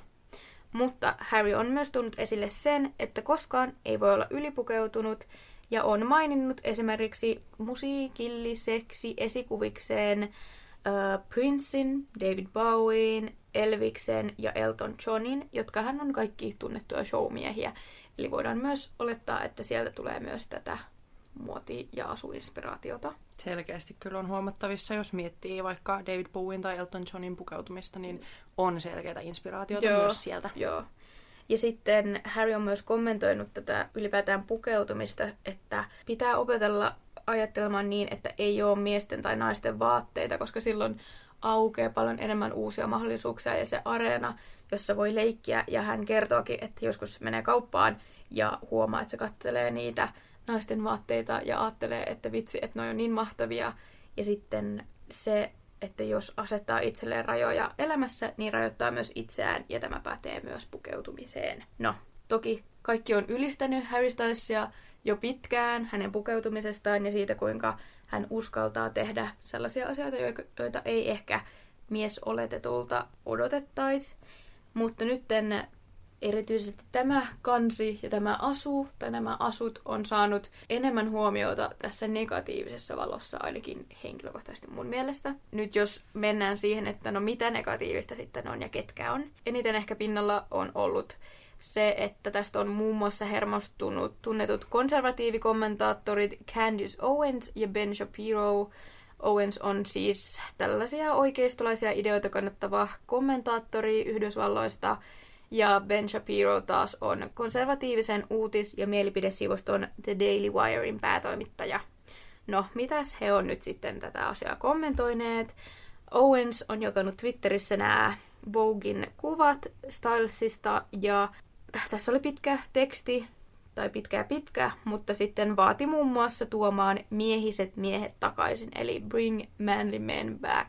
Mutta Harry on myös tuonut esille sen, että koskaan ei voi olla ylipukeutunut, ja on maininnut esimerkiksi musiikilliseksi esikuvikseen äh, Princein, David Bowien, Elviksen ja Elton Johnin, jotka hän on kaikki tunnettuja showmiehiä. Eli voidaan myös olettaa, että sieltä tulee myös tätä muoti- ja asuinspiraatiota. Selkeästi kyllä on huomattavissa, jos miettii vaikka David Bowien tai Elton Johnin pukeutumista, niin on selkeää inspiraatiota joo, myös sieltä. Joo. Ja sitten Harry on myös kommentoinut tätä ylipäätään pukeutumista, että pitää opetella ajattelemaan niin, että ei ole miesten tai naisten vaatteita, koska silloin aukeaa paljon enemmän uusia mahdollisuuksia ja se areena, jossa voi leikkiä. Ja hän kertookin, että joskus menee kauppaan ja huomaa, että se katselee niitä naisten vaatteita ja ajattelee, että vitsi, että ne on niin mahtavia. Ja sitten se, että jos asettaa itselleen rajoja elämässä, niin rajoittaa myös itseään, ja tämä pätee myös pukeutumiseen. No, toki kaikki on ylistänyt Harry Stylesia jo pitkään hänen pukeutumisestaan ja siitä, kuinka hän uskaltaa tehdä sellaisia asioita, joita ei ehkä miesoletetulta odotettaisi. Mutta nytten erityisesti tämä kansi ja tämä asu, tai nämä asut, on saanut enemmän huomiota tässä negatiivisessa valossa, ainakin henkilökohtaisesti mun mielestä. Nyt jos mennään siihen, että no mitä negatiivista sitten on ja ketkä on. Eniten ehkä pinnalla on ollut se, että tästä on muun muassa hermostunut tunnetut konservatiivikommentaattorit Candace Owens ja Ben Shapiro. Owens on siis tällaisia oikeistolaisia ideoita kannattava kommentaattori Yhdysvalloista, ja Ben Shapiro taas on konservatiivisen uutis- ja mielipidesivuston The Daily Wirein päätoimittaja. No, mitäs he on nyt sitten tätä asiaa kommentoineet? Owens on jakanut Twitterissä nämä Voguein kuvat Stylesista, ja tässä oli pitkä teksti, tai pitkä ja pitkä, mutta sitten vaati muun muassa tuomaan miehiset miehet takaisin, eli bring manly men back,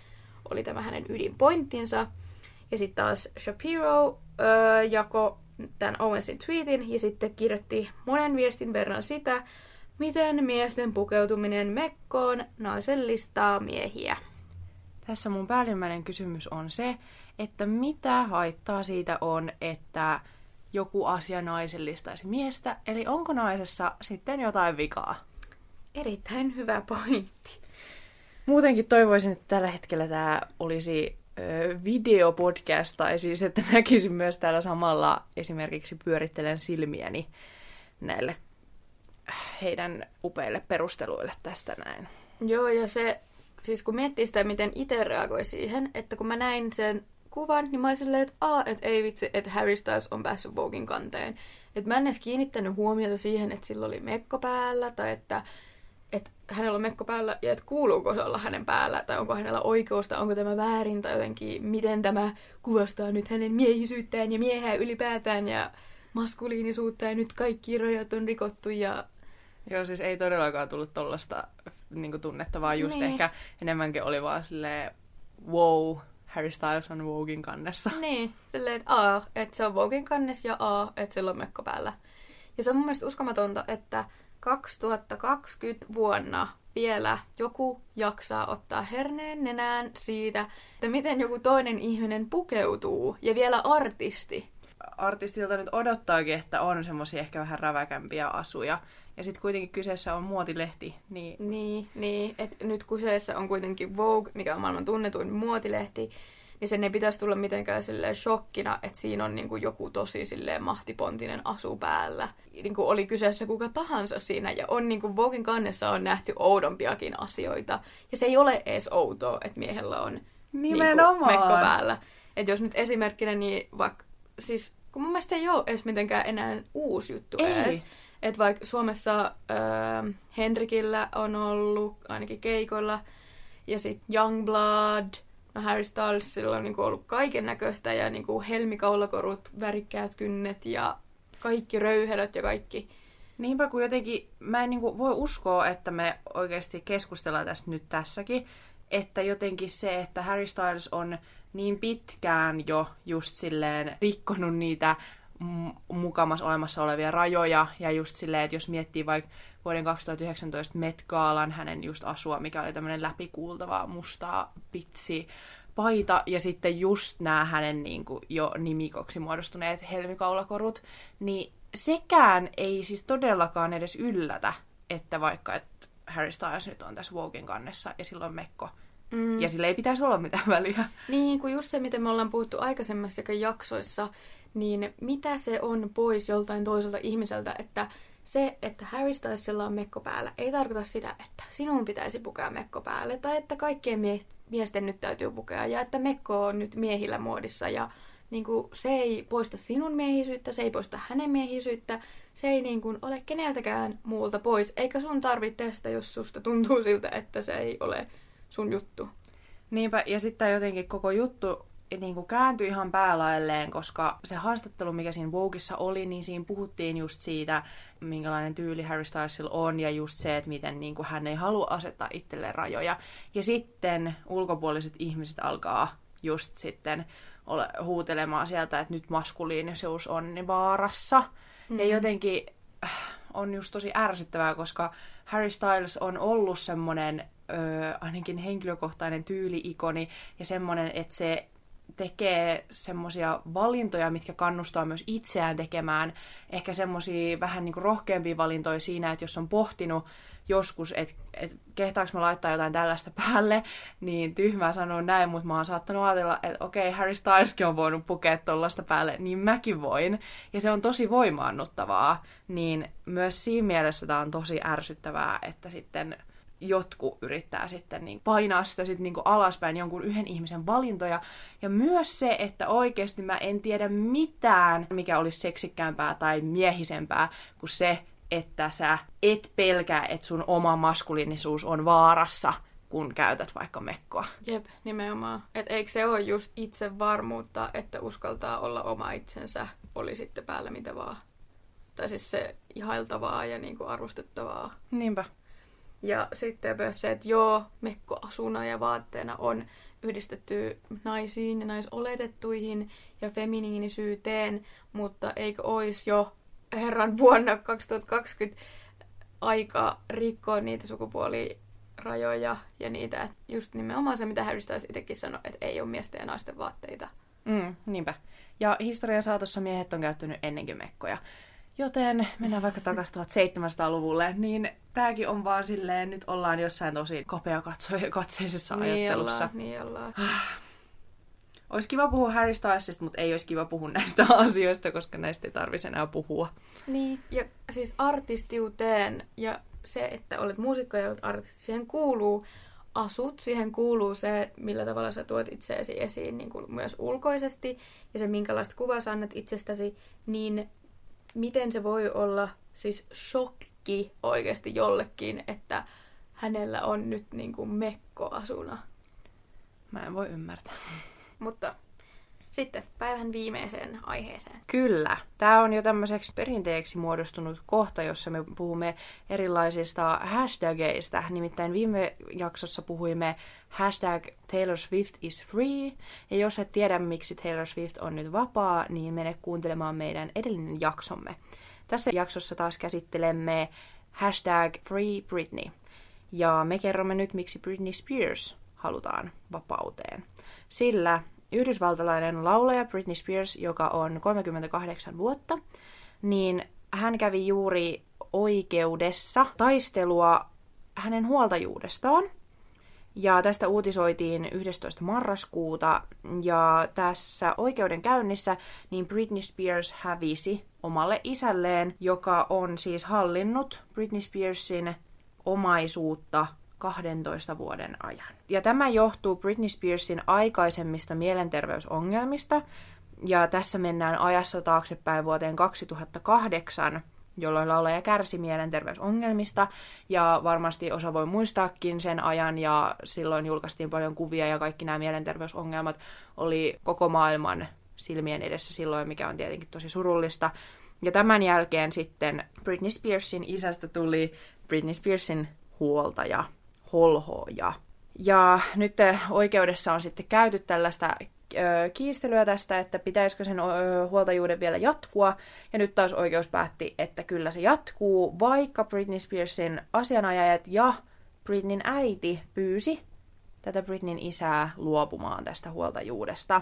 oli tämä hänen ydinpointtinsa. Ja sitten taas Shapiro öö, jako tämän Owensin tweetin ja sitten kirjoitti monen viestin verran sitä, miten miesten pukeutuminen mekkoon naisellistaa miehiä. Tässä mun päällimmäinen kysymys on se, että mitä haittaa siitä on, että joku asia naisellistaisi miestä, eli onko naisessa sitten jotain vikaa? Erittäin hyvä pointti. Muutenkin toivoisin, että tällä hetkellä tämä olisi videopodcast, tai siis, että näkisin myös täällä samalla esimerkiksi pyörittelen silmiäni näille heidän upeille perusteluille tästä näin. Joo, ja se, siis kun miettii sitä, miten itse reagoi siihen, että kun mä näin sen kuvan, niin mä olin silleen, että aa, että ei vitsi, että Harry Styles on päässyt Voguein kanteen. Että mä en edes kiinnittänyt huomiota siihen, että sillä oli mekko päällä, tai että että hänellä on mekko päällä ja että kuuluuko se olla hänen päällä, tai onko hänellä oikeus, tai onko tämä väärin, tai jotenkin miten tämä kuvastaa nyt hänen miehisyyttään ja mieheä ylipäätään ja maskuliinisuutta, ja nyt kaikki rajat on rikottu. Ja... Joo, siis ei todellakaan tullut tollaista niin tunnettavaa, just niin. Ehkä enemmänkin oli vaan silleen, wow, Harry Styles on Voguein kannessa. Niin, silleen, että a, että se on Voguein kannessa, ja a, että sillä on mekko päällä. Ja se on mun mielestä uskomatonta, että kaksituhattakaksikymmentä vuonna vielä joku jaksaa ottaa herneen nenään siitä, että miten joku toinen ihminen pukeutuu, ja vielä artisti. Artistilta nyt odottaakin, että on semmoisia ehkä vähän räväkämpiä asuja, ja sitten kuitenkin kyseessä on muotilehti. Niin, niin, niin että nyt kyseessä on kuitenkin Vogue, mikä on maailman tunnetuin muotilehti, niin sen ei pitäisi tulla mitenkään silleen shokkina, että siinä on niinku joku tosi silleen mahtipontinen asu päällä. Niinku oli kyseessä kuka tahansa siinä, ja on niinku Voguein kannessa on nähty oudompiakin asioita. Ja se ei ole edes outoa, että miehellä on niinku mekko päällä. Että jos nyt esimerkkinä, niin vaikka siis kun mun mielestä se ei ole edes mitenkään enää uusi juttu ei. edes. Että vaikka Suomessa öö, Henrikillä on ollut ainakin keikoilla, ja sitten Youngblood, no Harry Stylesilla on niinku ollut kaiken näköistä, ja niinku helmikaulakorut, värikkäät kynnet, ja kaikki röyhelöt ja kaikki. Niinpä, kun jotenkin mä en niinku voi uskoa, että me oikeasti keskustellaan tästä nyt tässäkin, että jotenkin se, että Harry Styles on niin pitkään jo just silleen rikkonut niitä mukamas olemassa olevia rajoja, ja just silleen, että jos miettii vaikka vuoden kaksituhattayhdeksäntoista Met Galan hänen just asua, mikä oli tämmöinen läpikuultava mustaa pitsi paita, ja sitten just nämä hänen niin kuin jo nimikoksi muodostuneet helmikaulakorut, niin sekään ei siis todellakaan edes yllätä, että vaikka että Harry Styles nyt on tässä Voguein kannessa ja silloin mekko. Mm. Ja sillä ei pitäisi olla mitään väliä. Niin, kuin just se, miten me ollaan puhuttu aikaisemmassakin jaksoissa, niin mitä se on pois joltain toiselta ihmiseltä, että se, että Harry Stylesilla on mekko päällä, ei tarkoita sitä, että sinun pitäisi pukea mekko päälle, tai että kaikkien mie- miesten nyt täytyy pukea, ja että mekko on nyt miehillä muodissa, ja niin kuin, se ei poista sinun miehisyyttä, se ei poista hänen miehisyyttä, se ei niin kuin, ole keneltäkään muulta pois, eikä sun tarvitse testa, jos susta tuntuu siltä, että se ei ole sun juttu. Niinpä, ja sitten jotenkin koko juttu niin kuin kääntyi ihan päälaelleen, koska se haastattelu, mikä siinä Vogueissa oli, niin siinä puhuttiin just siitä, minkälainen tyyli Harry Stylesilla on, ja just se, että miten niin kuin hän ei halua asettaa itselleen rajoja. Ja sitten ulkopuoliset ihmiset alkaa just sitten ole, huutelemaan sieltä, että nyt maskuliinisuus on niin vaarassa. Mm-hmm. Ja jotenkin on just tosi ärsyttävää, koska Harry Styles on ollut semmoinen Öö, ainakin henkilökohtainen tyyli-ikoni ja semmoinen, että se tekee semmoisia valintoja, mitkä kannustaa myös itseään tekemään ehkä semmoisia vähän niin kuin rohkeampia valintoja siinä, että jos on pohtinut joskus, että et, kehtaanko mä laittaa jotain tällaista päälle, niin tyhmää sanoa näin, mutta mä oon saattanut ajatella, että okei, okay, Harry Styleskin on voinut pukea tollaista päälle, niin mäkin voin. Ja se on tosi voimaannuttavaa, niin myös siinä mielessä tää on tosi ärsyttävää, että sitten jotkut yrittää sitten niin painaa sitä sitten niin alaspäin jonkun yhden ihmisen valintoja. Ja myös se, että oikeasti mä en tiedä mitään, mikä olisi seksikkäämpää tai miehisempää kuin se, että sä et pelkää, että sun oma maskuliinisuus on vaarassa, kun käytät vaikka mekkoa. Jep, nimenomaan. Et eikö se ole just itsevarmuutta, että uskaltaa olla oma itsensä, oli sitten päällä mitä vaan. Tai siis se ihailtavaa ja niinku arvostettavaa. Niinpä. Ja sitten myös se, että joo, mekko asuna ja vaatteena on yhdistetty naisiin ja naisoletettuihin ja feminiinisyyteen, mutta eikö olisi jo herran vuonna kaksituhattakaksikymmentä aika rikkoa niitä sukupuolirajoja ja niitä, että just nimenomaan se, mitä Harry Styles itsekin sanoi, että ei ole miesten ja naisten vaatteita. Mm, niinpä. Ja historian saatossa miehet on käyttänyt ennenkin mekkoja. Joten mennään vaikka takaisin tuhatseitsemänsataaluvulle, niin tääkin on vaan silleen, nyt ollaan jossain tosi kapeakatseisessa niin ajattelussa. Ollaan, niin ollaan. Olisi kiva puhua Harry Stylesista, mutta ei olisi kiva puhua näistä asioista, koska näistä ei tarvitsisi enää puhua. Niin, ja siis artistiuteen ja se, että olet muusikko ja olet artisti, siihen kuuluu asut, siihen kuuluu se, millä tavalla sä tuot itseesi esiin niin kuin myös ulkoisesti, ja se, minkälaista kuvaa sä annat itsestäsi, niin miten se voi olla siis shokki oikeasti jollekin, että hänellä on nyt niin kuin mekko asuna. Mä en voi ymmärtää. Mutta sitten päivän viimeiseen aiheeseen. Kyllä. Tämä on jo tämmöiseksi perinteeksi muodostunut kohta, jossa me puhumme erilaisista hashtageista. Nimittäin viime jaksossa puhuimme hashtag Taylor Swift is free. Ja jos et tiedä, miksi Taylor Swift on nyt vapaa, niin mene kuuntelemaan meidän edellinen jaksomme. Tässä jaksossa taas käsittelemme hashtag Free Britney. Ja me kerromme nyt, miksi Britney Spears halutaan vapauteen. Sillä yhdysvaltalainen laulaja Britney Spears, joka on kolmekymmentäkahdeksan vuotta, niin hän kävi juuri oikeudessa taistelua hänen huoltajuudestaan. Ja tästä uutisoitiin yhdestoista marraskuuta, ja tässä oikeudenkäynnissä niin Britney Spears hävisi omalle isälleen, joka on siis hallinnut Britney Spearsin omaisuutta kahdentoista vuoden ajan. Ja tämä johtuu Britney Spearsin aikaisemmista mielenterveysongelmista, Ja tässä mennään ajassa taaksepäin vuoteen kaksituhattakahdeksan, jolloin laulaja kärsi mielenterveysongelmista. Ja varmasti osa voi muistaakin sen ajan, ja silloin julkaistiin paljon kuvia, ja kaikki nämä mielenterveysongelmat oli koko maailman silmien edessä silloin, mikä on tietenkin tosi surullista. Ja tämän jälkeen sitten Britney Spearsin isästä tuli Britney Spearsin huoltaja, holhoja. Ja nyt oikeudessa on sitten käyty tällaista ö, kiistelyä tästä, että pitäisikö sen ö, huoltajuuden vielä jatkua. Ja nyt taas oikeus päätti, että kyllä se jatkuu, vaikka Britney Spearsin asianajajat ja Britneyn äiti pyysi tätä Britneyn isää luopumaan tästä huoltajuudesta.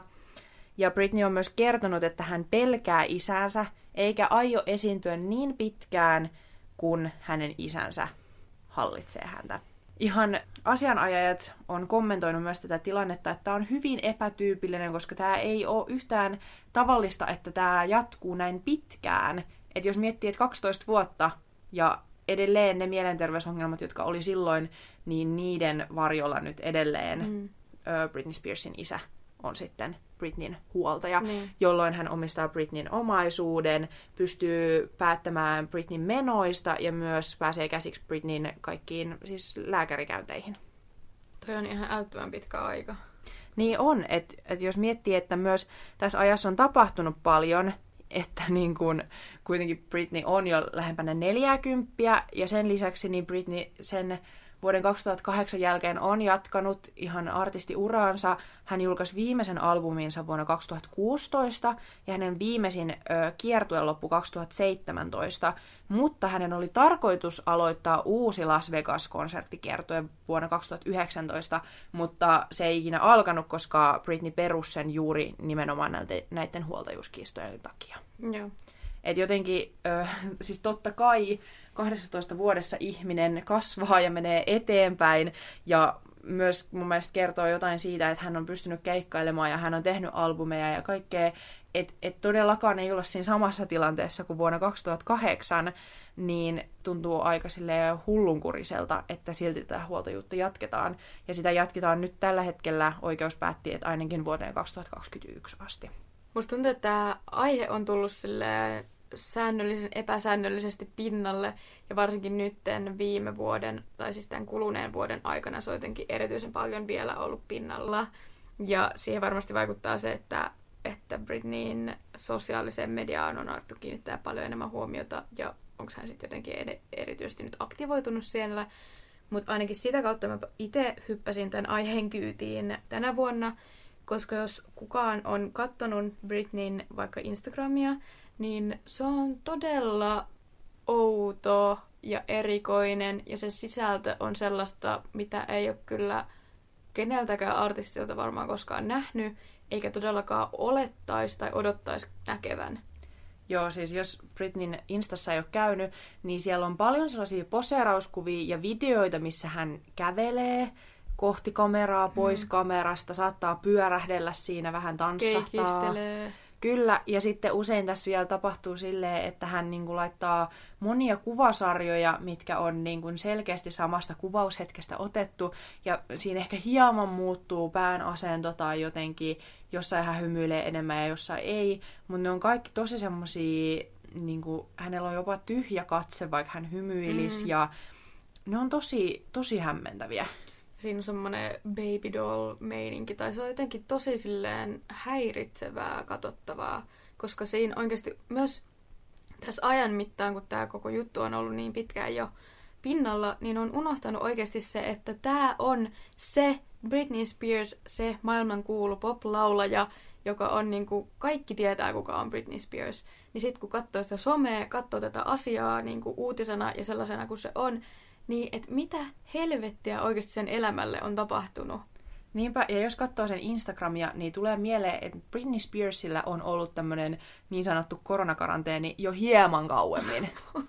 Ja Britney on myös kertonut, että hän pelkää isäänsä, eikä aio esiintyä niin pitkään, kun hänen isänsä hallitsee häntä. Ihan asianajajat on kommentoinut myös tätä tilannetta, että tämä on hyvin epätyypillinen, koska tämä ei ole yhtään tavallista, että tämä jatkuu näin pitkään. Että jos miettii, että kaksitoista vuotta ja edelleen ne mielenterveysongelmat, jotka oli silloin, niin niiden varjolla nyt edelleen mm. Britney Spearsin isä on sitten Britneyn huoltaja, niin. Jolloin hän omistaa Britneyn omaisuuden, pystyy päättämään Britneyn menoista ja myös pääsee käsiksi Britneyn kaikkiin siis lääkärikäynteihin. Toi on ihan älyttömän pitkä aika. Niin on, että et jos miettii, että myös tässä ajassa on tapahtunut paljon, että niin kun, kuitenkin Britney on jo lähempänä neljääkymppiä ja sen lisäksi niin Britney sen vuoden kaksituhattakahdeksan jälkeen on jatkanut ihan artistiuraansa. Hän julkaisi viimeisen albuminsa vuonna kaksituhattakuusitoista ja hänen viimeisin ö, kiertue loppui kaksituhattaseitsemäntoista, mutta hänen oli tarkoitus aloittaa uusi Las Vegas-konserttikiertue vuonna kaksituhattayhdeksäntoista, mutta se ei ikinä alkanut, koska Britney perusi sen juuri nimenomaan näiden, näiden huoltajuuskiistojen takia. Joo. Et jotenkin, ö, siis totta kai kahdessatoista vuodessa ihminen kasvaa ja menee eteenpäin ja myös mun mielestä kertoo jotain siitä, että hän on pystynyt keikkailemaan ja hän on tehnyt albumeja ja kaikkea, että et todellakaan ei olla siinä samassa tilanteessa kuin vuonna kaksituhattakahdeksan, niin tuntuu aika silleen hullunkuriselta, että silti tätä huoltajuutta jatketaan. Ja sitä jatketaan nyt tällä hetkellä, oikeus päätti, että ainakin vuoteen kaksituhattakaksikymmentäyksi asti. Musta tuntuu, että tämä aihe on tullut silleen säännöllisen epäsäännöllisesti pinnalle, ja varsinkin nytten viime vuoden, tai siis tämän kuluneen vuoden aikana se on jotenkin erityisen paljon vielä ollut pinnalla. Ja siihen varmasti vaikuttaa se, että, että Britneyn sosiaaliseen mediaan on alettu kiinnittää paljon enemmän huomiota, ja onko hän sitten jotenkin ed- erityisesti nyt aktivoitunut siellä. Mutta ainakin sitä kautta mä itse hyppäsin tämän aiheen kyytiin tänä vuonna, koska jos kukaan on katsonut Britneyn vaikka Instagramia, niin se on todella outo ja erikoinen, ja se sisältö on sellaista, mitä ei ole kyllä keneltäkään artistilta varmaan koskaan nähnyt, eikä todellakaan olettaisi tai odottaisi näkevän. Joo, siis jos Britneyn Instassa ei ole käynyt, niin siellä on paljon sellaisia poseerauskuvia ja videoita, missä hän kävelee kohti kameraa, pois hmm. kamerasta, saattaa pyörähdellä siinä, vähän tanssahtaa. Keikistelee. Kyllä, ja sitten usein tässä vielä tapahtuu silleen, että hän niin kuin laittaa monia kuvasarjoja, mitkä on niin kuin selkeästi samasta kuvaushetkestä otettu, ja siinä ehkä hieman muuttuu pään asento tai jotenkin, jossain hän hymyilee enemmän ja jossain ei, mutta ne on kaikki tosi semmosia, niin kuin, hänellä on jopa tyhjä katse, vaikka hän hymyilisi, mm. ja ne on tosi, tosi hämmentäviä. Siinä on semmoinen baby doll-meininki, tai se on jotenkin tosi silleen häiritsevää, katsottavaa, koska siinä oikeasti myös tässä ajan mittaan, kun tämä koko juttu on ollut niin pitkään jo pinnalla, niin on unohtanut oikeasti se, että tämä on se Britney Spears, se maailmankuulu pop-laulaja, joka on niinku, kaikki tietää, kuka on Britney Spears. Niin sitten kun katsoo sitä somea, katsoo tätä asiaa niinku uutisena ja sellaisena kuin se on, niin, että mitä helvettiä oikeasti sen elämälle on tapahtunut. Niinpä, ja jos katsoo sen Instagramia, niin tulee mieleen, että Britney Spearsilla on ollut tämmöinen niin sanottu koronakaranteeni jo hieman kauemmin.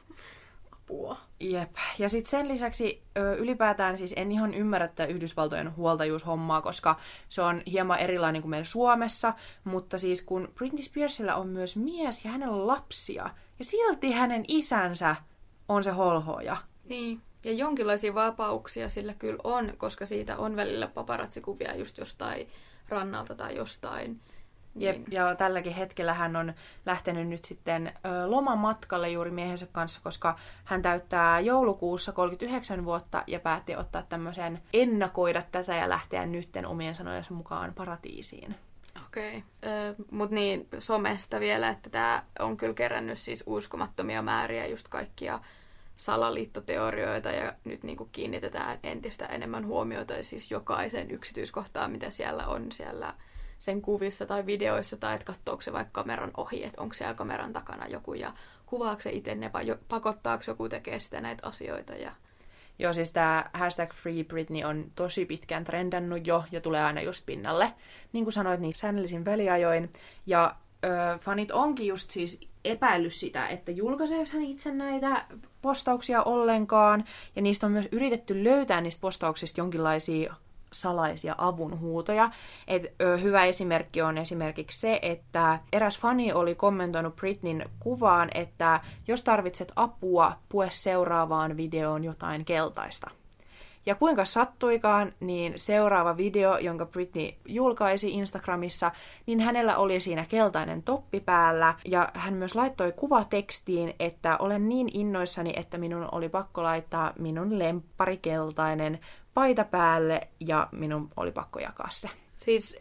Apua. Jep. Ja sitten sen lisäksi ö, ylipäätään siis en ihan ymmärrä tätä Yhdysvaltojen huoltajuushommaa, koska se on hieman erilainen kuin meillä Suomessa, mutta siis kun Britney Spearsilla on myös mies ja hänellä on lapsia, ja silti hänen isänsä on se holhoja. Niin. Ja jonkinlaisia vapauksia sillä kyllä on, koska siitä on välillä paparazzikuvia just jostain rannalta tai jostain. Jep, niin. Ja tälläkin hetkellä hän on lähtenyt nyt sitten ö, lomamatkalle juuri miehensä kanssa, koska hän täyttää joulukuussa kolmekymmentäyhdeksän vuotta ja päätti ottaa tämmöisen ennakoida tätä ja lähteä nytten omien sanojensa mukaan paratiisiin. Okei, okay. Mutta niin somesta vielä, että tämä on kyllä kerännyt siis uskomattomia määriä just kaikkia salaliittoteorioita ja nyt niin kuin kiinnitetään entistä enemmän huomiota siis jokaisen yksityiskohtaan, mitä siellä on siellä sen kuvissa tai videoissa, tai että katsoako se vaikka kameran ohi, että onko siellä kameran takana joku, ja kuvaako se itse ne, vai pakottaako joku tekee sitä näitä asioita. Ja... Joo, siis tämä hashtag Free Britney on tosi pitkään trendannut jo, ja tulee aina just pinnalle. Niin kuin sanoit, niin säännöllisin väliajoin. Ja ö, fanit onkin just siis epäillyt sitä, että julkaiseeko hän itse näitä postauksia ollenkaan, ja niistä on myös yritetty löytää niistä postauksista jonkinlaisia salaisia avunhuutoja. Et, ö, hyvä esimerkki on esimerkiksi se, että eräs fani oli kommentoinut Britneyn kuvaan, että jos tarvitset apua, pue seuraavaan videoon jotain keltaista. Ja kuinka sattuikaan, niin seuraava video, jonka Britney julkaisi Instagramissa, niin hänellä oli siinä keltainen toppi päällä, ja hän myös laittoi kuvatekstiin, että olen niin innoissani, että minun oli pakko laittaa minun lemppari keltainen paita päälle, ja minun oli pakko jakaa se. Siis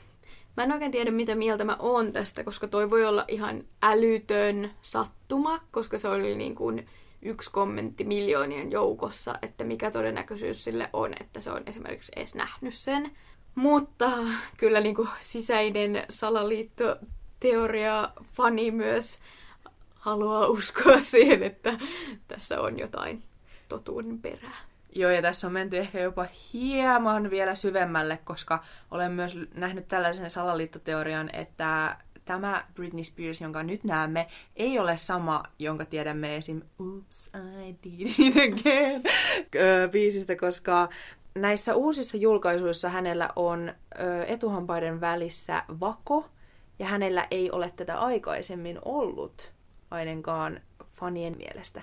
mä en oikein tiedä, mitä mieltä mä oon tästä, koska toi voi olla ihan älytön sattuma, koska se oli niin kuin yksi kommentti miljoonien joukossa, että mikä todennäköisyys sille on, että se on esimerkiksi edes nähnyt sen. Mutta kyllä niin kuin sisäinen salaliittoteoria fani myös haluaa uskoa siihen, että tässä on jotain totuuden perää. Joo, ja tässä on menty ehkä jopa hieman vielä syvemmälle, koska olen myös nähnyt tällaisen salaliittoteorian, että tämä Britney Spears, jonka nyt näemme, ei ole sama, jonka tiedämme esim. Oops, I did it again biisistä, koska näissä uusissa julkaisuissa hänellä on etuhampaiden välissä vako, ja hänellä ei ole tätä aikaisemmin ollut, ainakaan fanien mielestä.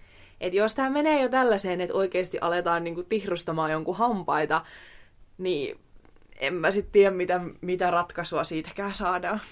Et jos tämä menee jo tällaiseen, että oikeasti aletaan niinku tihrustamaan jonkun hampaita, niin en mä sitten tiedä, mitä, mitä ratkaisua siitäkään saadaan.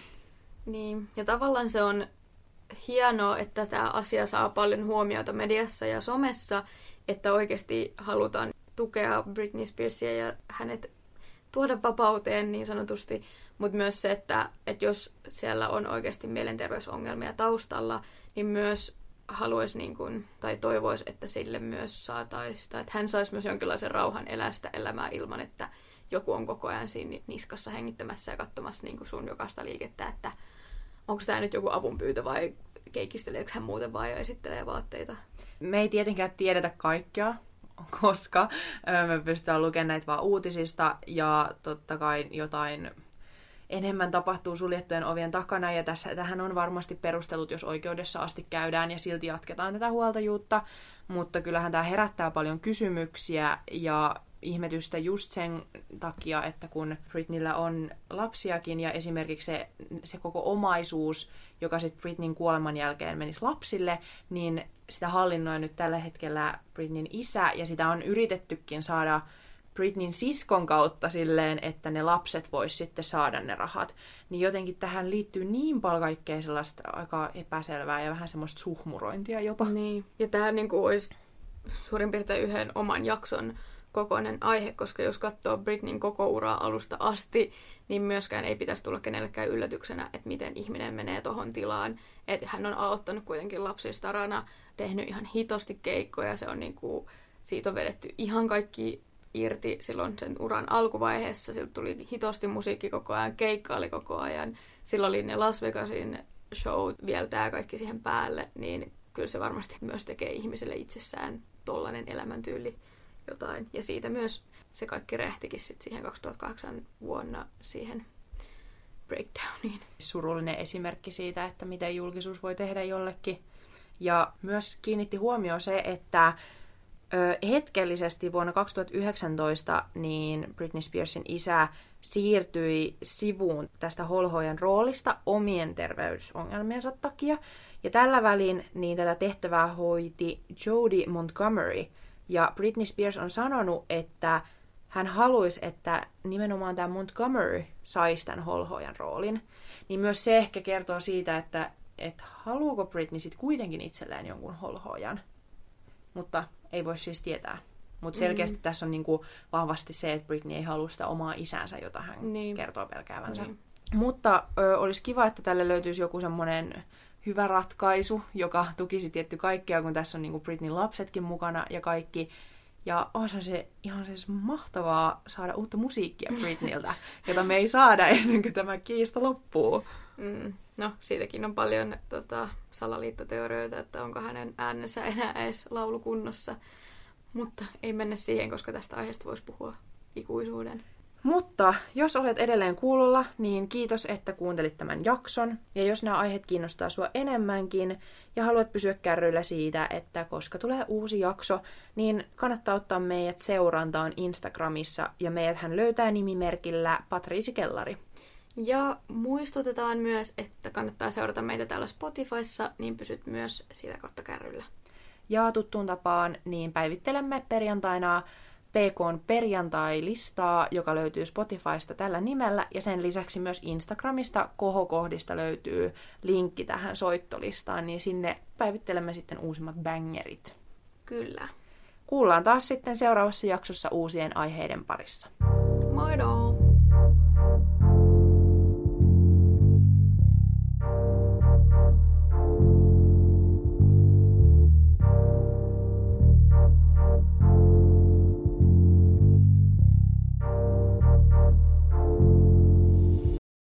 Niin, ja tavallaan se on hienoa, että tämä asia saa paljon huomiota mediassa ja somessa, että oikeasti halutaan tukea Britney Spearsia ja hänet tuoda vapauteen niin sanotusti, mutta myös se, että, että jos siellä on oikeasti mielenterveysongelmia taustalla, niin myös haluaisi niin kuin, tai toivoisi, että sille myös saataisiin, tai että hän saisi myös jonkinlaisen rauhan elää sitä elämää ilman, että joku on koko ajan siinä niskassa hengittämässä ja katsomassa niin kuin sun jokaista liikettä, että onko tämä nyt joku avunpyyntö vai keikisteleekö hän muuten vai esittelee vaatteita. Me ei tietenkään tiedetä kaikkea, koska me pystytään lukemaan näitä vaan uutisista ja totta kai jotain enemmän tapahtuu suljettujen ovien takana, ja tässä, tähän on varmasti perustelut, jos oikeudessa asti käydään ja silti jatketaan tätä huoltajuutta, mutta kyllähän tämä herättää paljon kysymyksiä ja ihmetystä just sen takia, että kun Britneyllä on lapsiakin ja esimerkiksi se, se koko omaisuus, joka sitten Britneyn kuoleman jälkeen menisi lapsille, niin sitä hallinnoi nyt tällä hetkellä Britneyn isä, ja sitä on yritettykin saada Britneyn siskon kautta silleen, että ne lapset vois sitten saada ne rahat. Niin jotenkin tähän liittyy niin paljon kaikkea sellaista aika epäselvää ja vähän semmoista suhmurointia jopa. Niin, ja tämä niinku olisi suurin piirtein yhden oman jakson kokoinen aihe, koska jos katsoo Britneyn koko uraa alusta asti, niin myöskään ei pitäisi tulla kenellekään yllätyksenä, että miten ihminen menee tohon tilaan. Että hän on aloittanut kuitenkin lapsistarana, tehnyt ihan hitosti keikkoja, se on niinku, siitä on vedetty ihan kaikki irti silloin sen uran alkuvaiheessa. Siltä tuli hitosti musiikki koko ajan, keikkaili koko ajan. Silloin oli ne Las Vegasin show, vielä tää kaikki siihen päälle, niin kyllä se varmasti myös tekee ihmiselle itsessään tollainen elämäntyyli jotain. Ja siitä myös se kaikki rehtikin sit siihen kaksituhattakahdeksan vuonna siihen breakdowniin. Surullinen esimerkki siitä, että miten julkisuus voi tehdä jollekin. Ja myös kiinnitti huomioon se, että ö, hetkellisesti vuonna kaksituhattayhdeksäntoista niin Britney Spearsin isä siirtyi sivuun tästä holhojan roolista omien terveysongelmiensa takia. Ja tällä välin niin tätä tehtävää hoiti Jodie Montgomery. Ja Britney Spears on sanonut, että hän haluaisi, että nimenomaan tämä Montgomery saisi tämän holhojan roolin. niin myös se ehkä kertoo siitä, että et haluuko Britney sit kuitenkin itselleen jonkun holhoojan. Mutta ei voi siis tietää. Mutta selkeästi mm. tässä on niinku vahvasti se, että Britney ei halua sitä omaa isänsä, jota hän niin. kertoo pelkäävänsä. Niin. Mutta ö, olisi kiva, että tälle löytyisi joku semmoinen hyvä ratkaisu, joka tukisi tietty kaikkea, kun tässä on niinku Britneyn lapsetkin mukana ja kaikki. Ja on se ihan siis mahtavaa saada uutta musiikkia Britneyltä, jota me ei saada ennen kuin tämä kiista loppuu. Mm. No, siitäkin on paljon tota, salaliittoteorioita, että onko hänen äänensä enää edes laulukunnossa. Mutta ei mennä siihen, koska tästä aiheesta voisi puhua ikuisuuden. Mutta jos olet edelleen kuulolla, niin kiitos, että kuuntelit tämän jakson. Ja jos nämä aiheet kiinnostaa sua enemmänkin ja haluat pysyä kärryillä siitä, että koska tulee uusi jakso, niin kannattaa ottaa meidät seurantaan Instagramissa. Ja meidäthän löytää nimimerkillä Patriisi Kellari. Ja muistutetaan myös, että kannattaa seurata meitä täällä Spotifyssa, niin pysyt myös sitä kautta kärryllä. Ja tuttuun tapaan, niin päivittelemme perjantaina P K:n perjantai-listaa, joka löytyy Spotifysta tällä nimellä, ja sen lisäksi myös Instagramista kohokohdista löytyy linkki tähän soittolistaan, niin sinne päivittelemme sitten uusimmat bangerit. Kyllä. Kuullaan taas sitten seuraavassa jaksossa uusien aiheiden parissa. Moido!